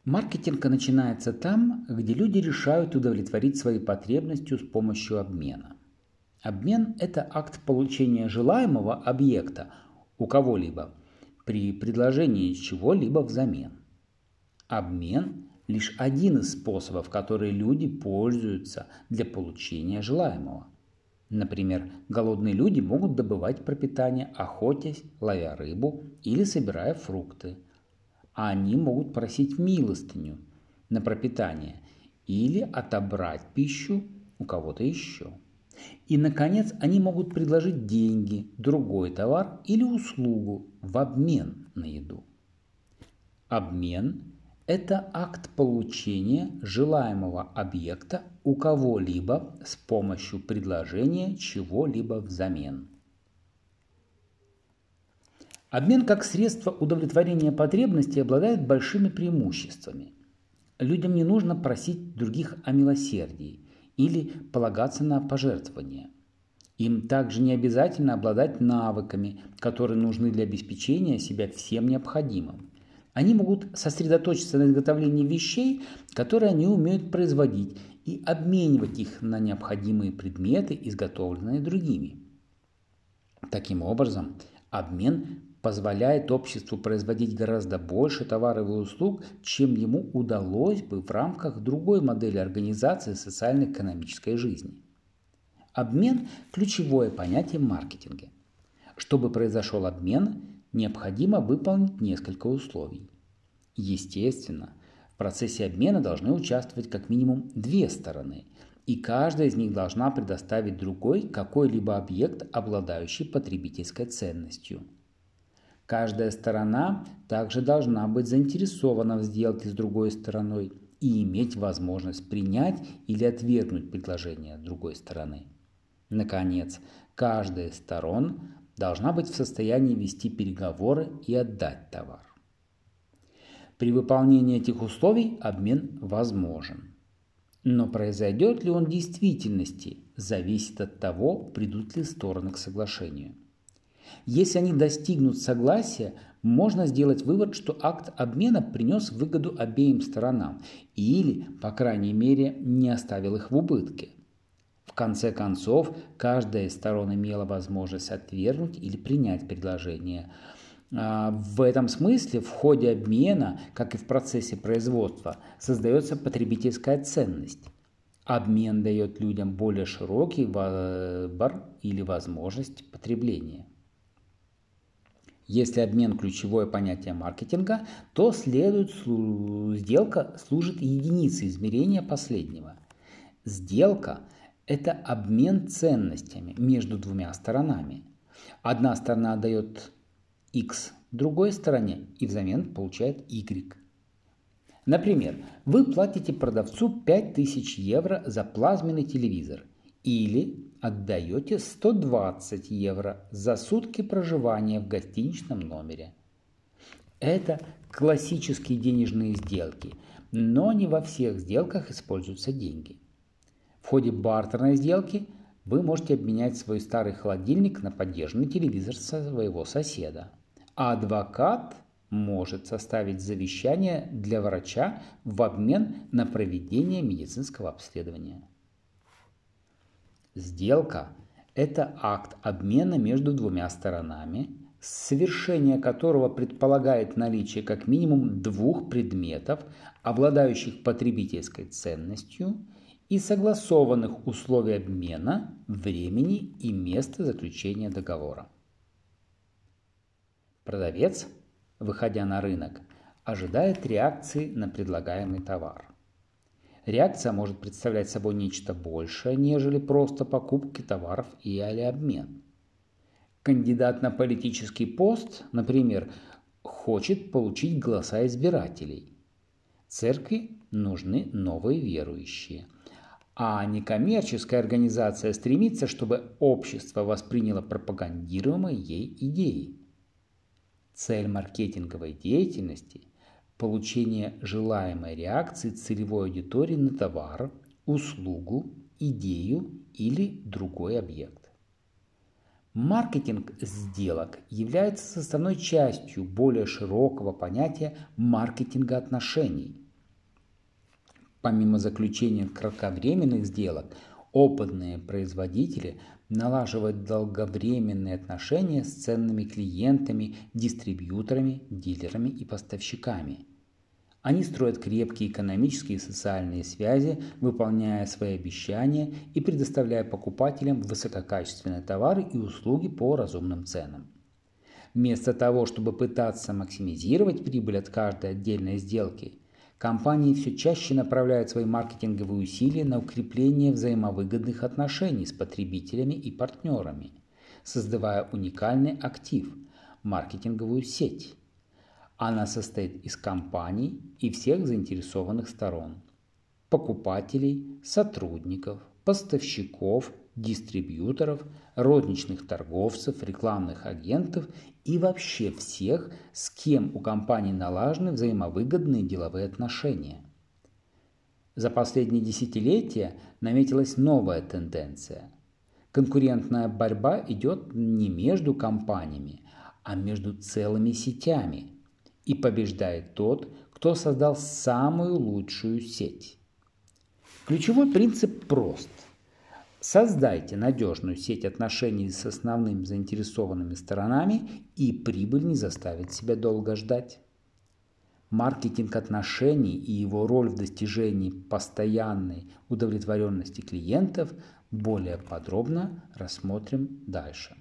Маркетинг начинается там, где люди решают удовлетворить свои потребности с помощью обмена. Обмен – это акт получения желаемого объекта у кого-либо при предложении чего-либо взамен. Обмен – лишь один из способов, которые люди пользуются для получения желаемого. Например, голодные люди могут добывать пропитание, охотясь, ловя рыбу или собирая фрукты. А они могут просить милостыню на пропитание или отобрать пищу у кого-то еще. И, наконец, они могут предложить деньги, другой товар или услугу в обмен на еду. Обмен – это акт получения желаемого объекта у кого-либо с помощью предложения чего-либо взамен. Обмен как средство удовлетворения потребностей обладает большими преимуществами. Людям не нужно просить других о милосердии или полагаться на пожертвования. Им также не обязательно обладать навыками, которые нужны для обеспечения себя всем необходимым. Они могут сосредоточиться на изготовлении вещей, которые они умеют производить, и обменивать их на необходимые предметы, изготовленные другими. Таким образом, обмен позволяет обществу производить гораздо больше товаров и услуг, чем ему удалось бы в рамках другой модели организации социально-экономической жизни. Обмен – ключевое понятие в маркетинге. Чтобы произошел обмен, необходимо выполнить несколько условий. Естественно, в процессе обмена должны участвовать как минимум две стороны, и каждая из них должна предоставить другой какой-либо объект, обладающий потребительской ценностью. Каждая сторона также должна быть заинтересована в сделке с другой стороной и иметь возможность принять или отвергнуть предложение другой стороны. Наконец, каждая из сторон должна быть в состоянии вести переговоры и отдать товар. При выполнении этих условий обмен возможен. Но произойдет ли он в действительности, зависит от того, придут ли стороны к соглашению. Если они достигнут согласия, можно сделать вывод, что акт обмена принес выгоду обеим сторонам или, по крайней мере, не оставил их в убытке. В конце концов, каждая из сторон имела возможность отвергнуть или принять предложение. В этом смысле в ходе обмена, как и в процессе производства, создается потребительская ценность. Обмен дает людям более широкий выбор или возможность потребления. Если обмен – ключевое понятие маркетинга, то сделка служит единицей измерения последнего. Сделка – это обмен ценностями между двумя сторонами. Одна сторона дает X другой стороне и взамен получает Y. Например, вы платите продавцу 5000 евро за плазменный телевизор или отдаете 120 евро за сутки проживания в гостиничном номере. Это классические денежные сделки, но не во всех сделках используются деньги. В ходе бартерной сделки вы можете обменять свой старый холодильник на подержанный телевизор своего соседа, а адвокат может составить завещание для врача в обмен на проведение медицинского обследования. Сделка – это акт обмена между двумя сторонами, совершение которого предполагает наличие как минимум двух предметов, обладающих потребительской ценностью, и согласованных условий обмена, времени и места заключения договора. Продавец, выходя на рынок, ожидает реакции на предлагаемый товар. Реакция может представлять собой нечто большее, нежели просто покупки товаров или обмен. Кандидат на политический пост, например, хочет получить голоса избирателей. Церкви нужны новые верующие, а некоммерческая организация стремится, чтобы общество восприняло пропагандируемые ей идеи. Цель маркетинговой деятельности – получение желаемой реакции целевой аудитории на товар, услугу, идею или другой объект. Маркетинг сделок является составной частью более широкого понятия маркетинга отношений. Помимо заключения кратковременных сделок, опытные производители налаживают долговременные отношения с ценными клиентами, дистрибьюторами, дилерами и поставщиками. Они строят крепкие экономические и социальные связи, выполняя свои обещания и предоставляя покупателям высококачественные товары и услуги по разумным ценам. Вместо того, чтобы пытаться максимизировать прибыль от каждой отдельной сделки, компании все чаще направляют свои маркетинговые усилия на укрепление взаимовыгодных отношений с потребителями и партнерами, создавая уникальный актив – маркетинговую сеть. Она состоит из компаний и всех заинтересованных сторон – покупателей, сотрудников, поставщиков, дистрибьюторов, розничных торговцев, рекламных агентов и вообще всех, с кем у компании налажены взаимовыгодные деловые отношения. За последние десятилетия наметилась новая тенденция. Конкурентная борьба идет не между компаниями, а между целыми сетями. И побеждает тот, кто создал самую лучшую сеть. Ключевой принцип прост. Создайте надежную сеть отношений с основными заинтересованными сторонами, и прибыль не заставит себя долго ждать. Маркетинг отношений и его роль в достижении постоянной удовлетворенности клиентов более подробно рассмотрим дальше.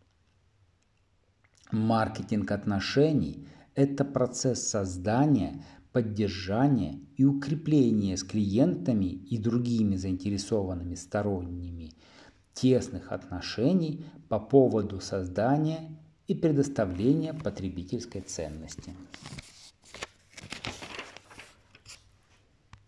Маркетинг отношений – это процесс создания, поддержания и укрепления с клиентами и другими заинтересованными сторонними тесных отношений по поводу создания и предоставления потребительской ценности.